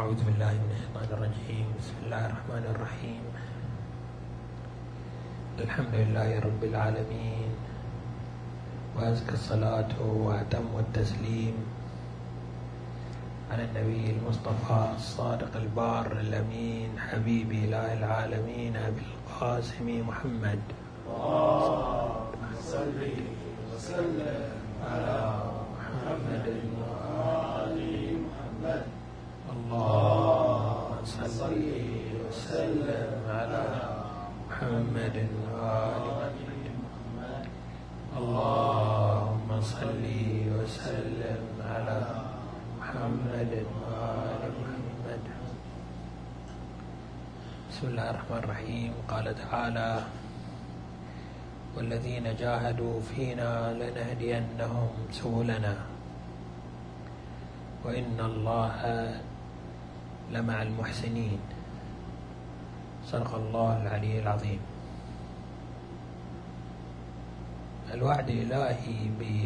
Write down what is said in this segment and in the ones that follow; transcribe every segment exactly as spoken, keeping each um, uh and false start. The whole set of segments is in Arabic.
أعوذ بالله من الشيطان الرجيم. بسم الله الرحمن الرحيم. الحمد لله رب العالمين، وأزكى الصلاة وأتم التسليم على النبي المصطفى الصادق البار الأمين حبيب إله العالمين أبي القاسم محمد. اللهم صل وسلم على محمد وآل محمد. اللهم صل وسلم على محمد وآل محمد. اللهم صل وسلم على محمد وآل محمد. بسم الله الرحمن الرحيم. قال تعالى: والذين جاهدوا فينا لنهدينهم سبلنا وإن الله لمع المحسنين. صدق الله العلي العظيم. الوعد الإلهي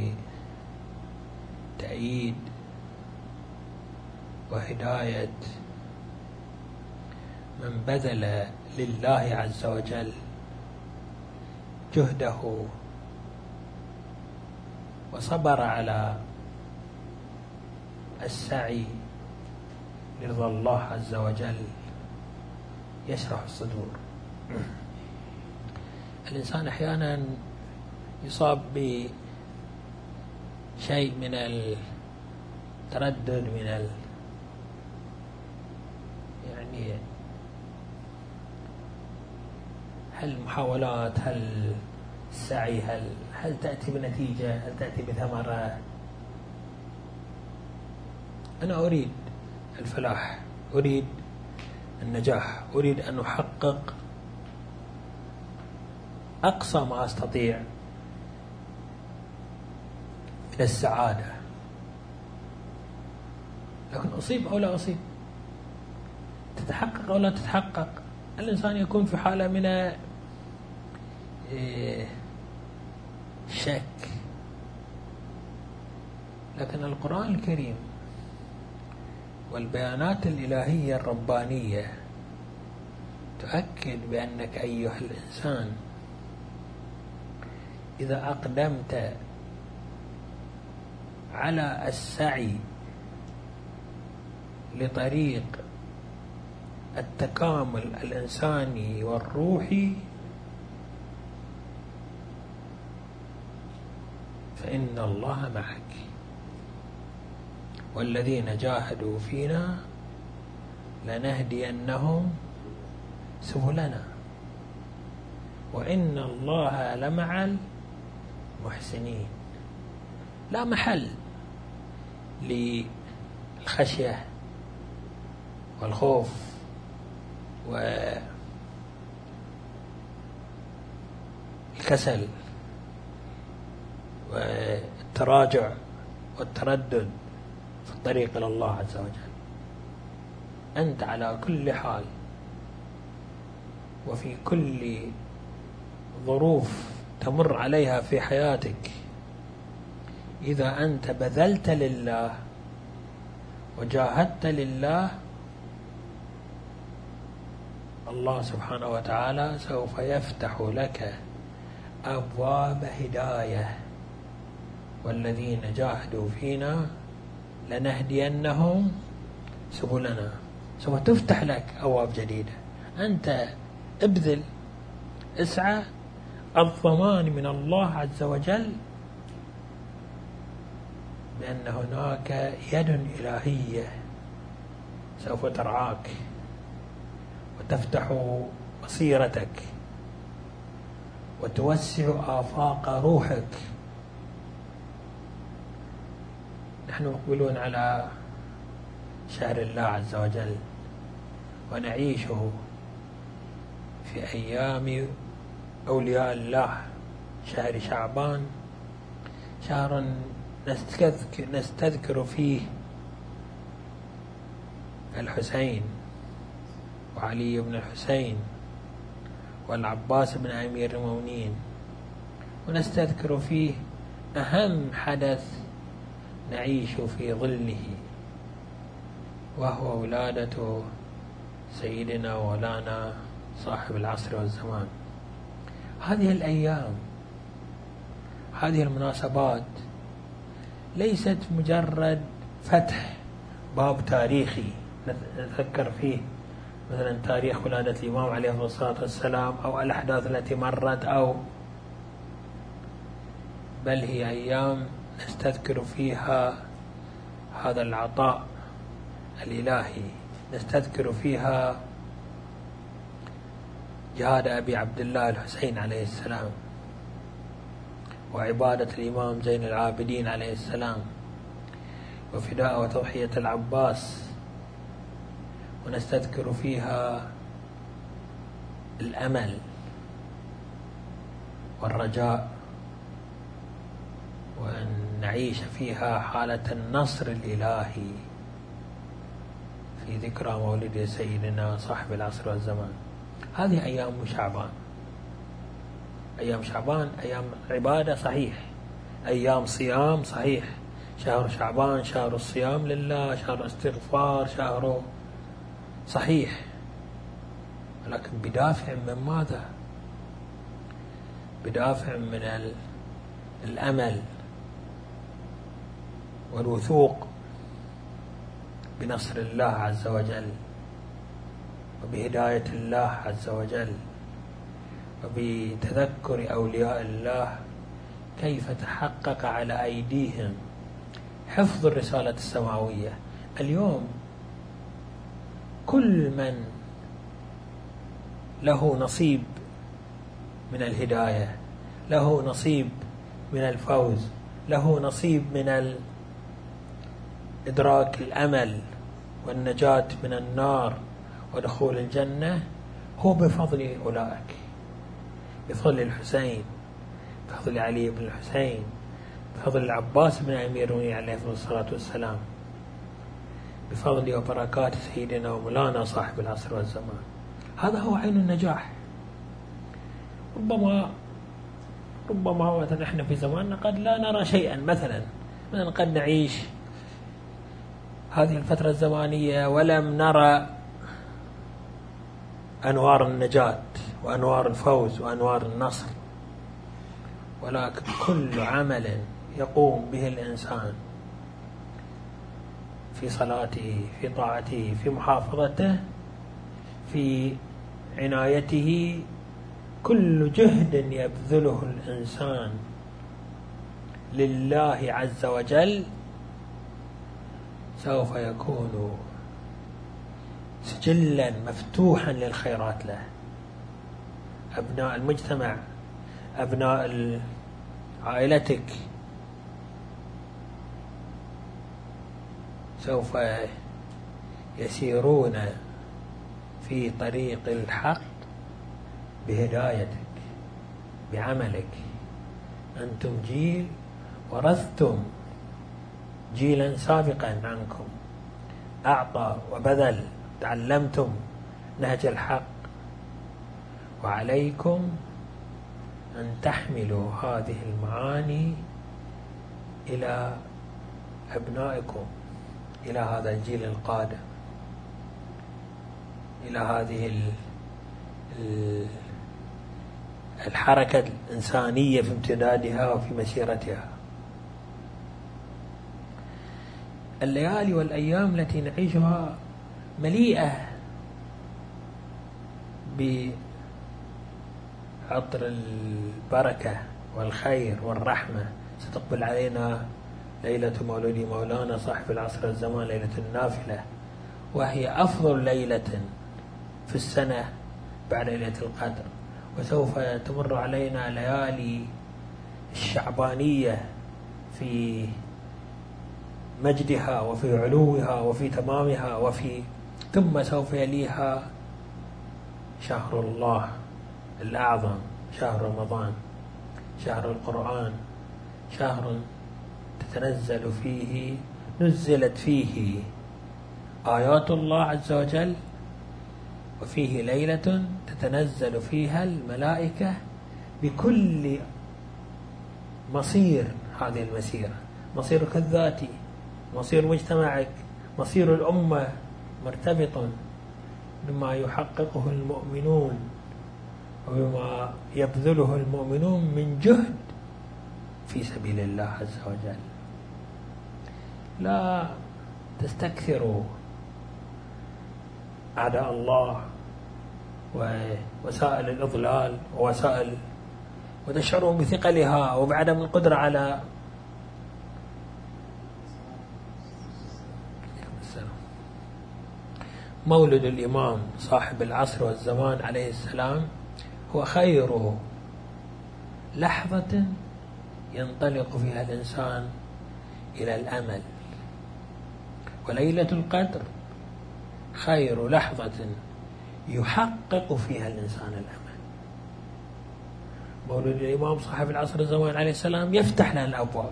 بتأييد وهداية من بذل لله عز وجل جهده وصبر على السعي لرضا الله عز وجل يشرح الصدور. الإنسان أحيانا يصاب بشيء من التردد، من ال يعني هل المحاولات، هل السعي، هل هل تأتي بنتيجة، هل تأتي بثمرة؟ أنا أريد الفلاح، أريد النجاح، أريد أن أحقق أقصى ما أستطيع من السعادة، لكن أصيب أو لا أصيب، تتحقق أو لا تتحقق، الإنسان يكون في حالة من شك. لكن القرآن الكريم والبيانات الإلهية الربانية تؤكد بأنك أيها الإنسان إذا أقدمت على السعي لطريق التكامل الإنساني والروحي فإن الله معك. والذين جاهدوا فينا لنهدينهم سبلنا وإن الله لمع المحسنين. لا محل للخشية والخوف والكسل والتراجع والتردد في الطريق إلى الله عز وجل. أنت على كل حال وفي كل ظروف تمر عليها في حياتك، إذا أنت بذلت لله وجاهدت لله، الله سبحانه وتعالى سوف يفتح لك أبواب هداية. والذين جاهدوا فينا لنهدينهم سبلنا، سوف تفتح لك أبواب جديدة. أنت ابذل، اسعى، الضمان من الله عز وجل بأن هناك يد إلهية سوف ترعاك وتفتح بصيرتك وتوسع آفاق روحك. نحن مقبلون على شهر الله عز وجل ونعيشه في أيام أولياء الله، شهر شعبان، شهر نستذكر فيه الحسين وعلي بن الحسين والعباس بن أمير المؤمنين، ونستذكر فيه أهم حدث نعيش في ظله وهو ولادة سيدنا ولانا صاحب العصر والزمان. هذه الأيام، هذه المناسبات ليست مجرد فتح باب تاريخي نتذكر فيه مثلا تاريخ ولادة الإمام عليه الصلاة والسلام أو الأحداث التي مرت، أو بل هي أيام نستذكر فيها هذا العطاء الإلهي، نستذكر فيها جهاد أبي عبد الله الحسين عليه السلام، وعبادة الإمام زين العابدين عليه السلام، وفداء وتضحية العباس، ونستذكر فيها الأمل والرجاء، وأن نعيش فيها حالة النصر الإلهي في ذكرى مولد سيدنا صاحب العصر والزمان. هذه أيام شعبان، أيام شعبان أيام عبادة صحيح، أيام صيام صحيح، شهر شعبان شهر الصيام لله، شهر استغفار، شهر صحيح، ولكن بدافع من ماذا؟ بدافع من الأمل والوثوق بنصر الله عز وجل، وبهداية الله عز وجل، وبتذكر أولياء الله كيف تحقق على أيديهم حفظ الرسالة السماوية. اليوم كل من له نصيب من الهداية، له نصيب من الفوز، له نصيب من إدراك الأمل والنجاة من النار ودخول الجنة، هو بفضل أولئك، بفضل الحسين، بفضل علي بن الحسين، بفضل العباس بن أمير المؤمنين عليه الصلاة والسلام، بفضل وبركات سيدنا ومولانا صاحب العصر والزمان. هذا هو عين النجاح. ربما ربما مثلا احنا في زماننا قد لا نرى شيئا، مثلا مثلا قد نعيش هذه الفترة الزمانية ولم نرى أنوار النجاة وأنوار الفوز وأنوار النصر، ولكن كل عمل يقوم به الإنسان في صلاته، في طاعته، في محافظته، في عنايته، كل جهد يبذله الإنسان لله عز وجل سوف يكون سجلا مفتوحا للخيرات له. أبناء المجتمع، أبناء عائلتك سوف يسيرون في طريق الحق بهدايتك، بعملك. أنتم جيل ورثتم جيلا سابقا عنكم، أعطى وبذل، تعلمتم نهج الحق، وعليكم أن تحملوا هذه المعاني إلى أبنائكم، إلى هذا الجيل القادم، إلى هذه الحركة الإنسانية في امتدادها وفي مسيرتها. الليالي والأيام التي نعيشها مليئة بعطر البركة والخير والرحمة. ستقبل علينا ليلة مولد مولانا صاحب العصر والزمان، ليلة النافلة، وهي أفضل ليلة في السنة بعد ليلة القدر. وسوف تمر علينا ليالي الشعبانية في مجدها وفي علوها وفي تمامها، وفي ثم سوف يليها شهر الله الأعظم، شهر رمضان، شهر القرآن، شهر تتنزل فيه نزلت فيه آيات الله عز وجل، وفيه ليلة تتنزل فيها الملائكة بكل مصير هذه المسيرة، مصيرك الذاتي، مصير مجتمعك، مصير الأمة، مرتبط بما يحققه المؤمنون وبما يبذله المؤمنون من جهد في سبيل الله عز وجل. لا تستكثروا أعداء الله ووسائل الإضلال ووسائل وتشعروا بثقلها وبعدم القدرة على مولد الإمام صاحب العصر والزمان عليه السلام هو خير لحظة ينطلق فيها الإنسان إلى الأمل، وليلة القدر خير لحظة يحقق فيها الإنسان الأمل. مولد الإمام صاحب العصر والزمان عليه السلام يفتح لنا الأبواب،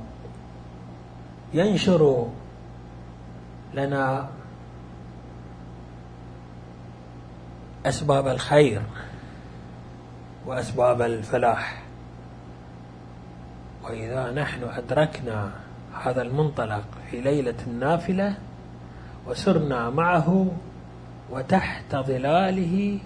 ينشر لنا أسباب الخير وأسباب الفلاح. وإذا نحن أدركنا هذا المنطلق في ليلة النافلة وسرنا معه وتحت ظلاله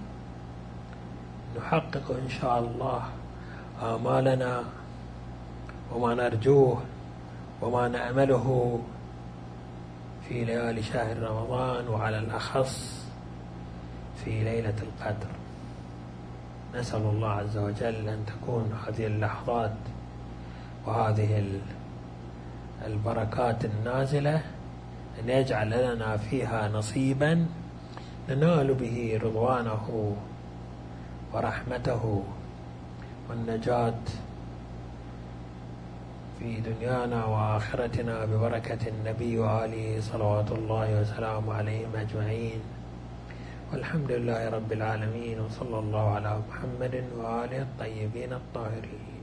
نحقق إن شاء الله آمالنا وما نرجوه وما نأمله في ليالي شهر رمضان، وعلى الأخص في ليلة القدر. نسأل الله عز وجل أن تكون هذه اللحظات وهذه البركات النازلة أن يجعل لنا فيها نصيبا ننال به رضوانه ورحمته والنجاة في دنيانا وآخرتنا ببركة النبي وآله صلوات الله وسلامه عليهم أجمعين، والحمد لله رب العالمين، وصلى الله على محمد وآله الطيبين الطاهرين.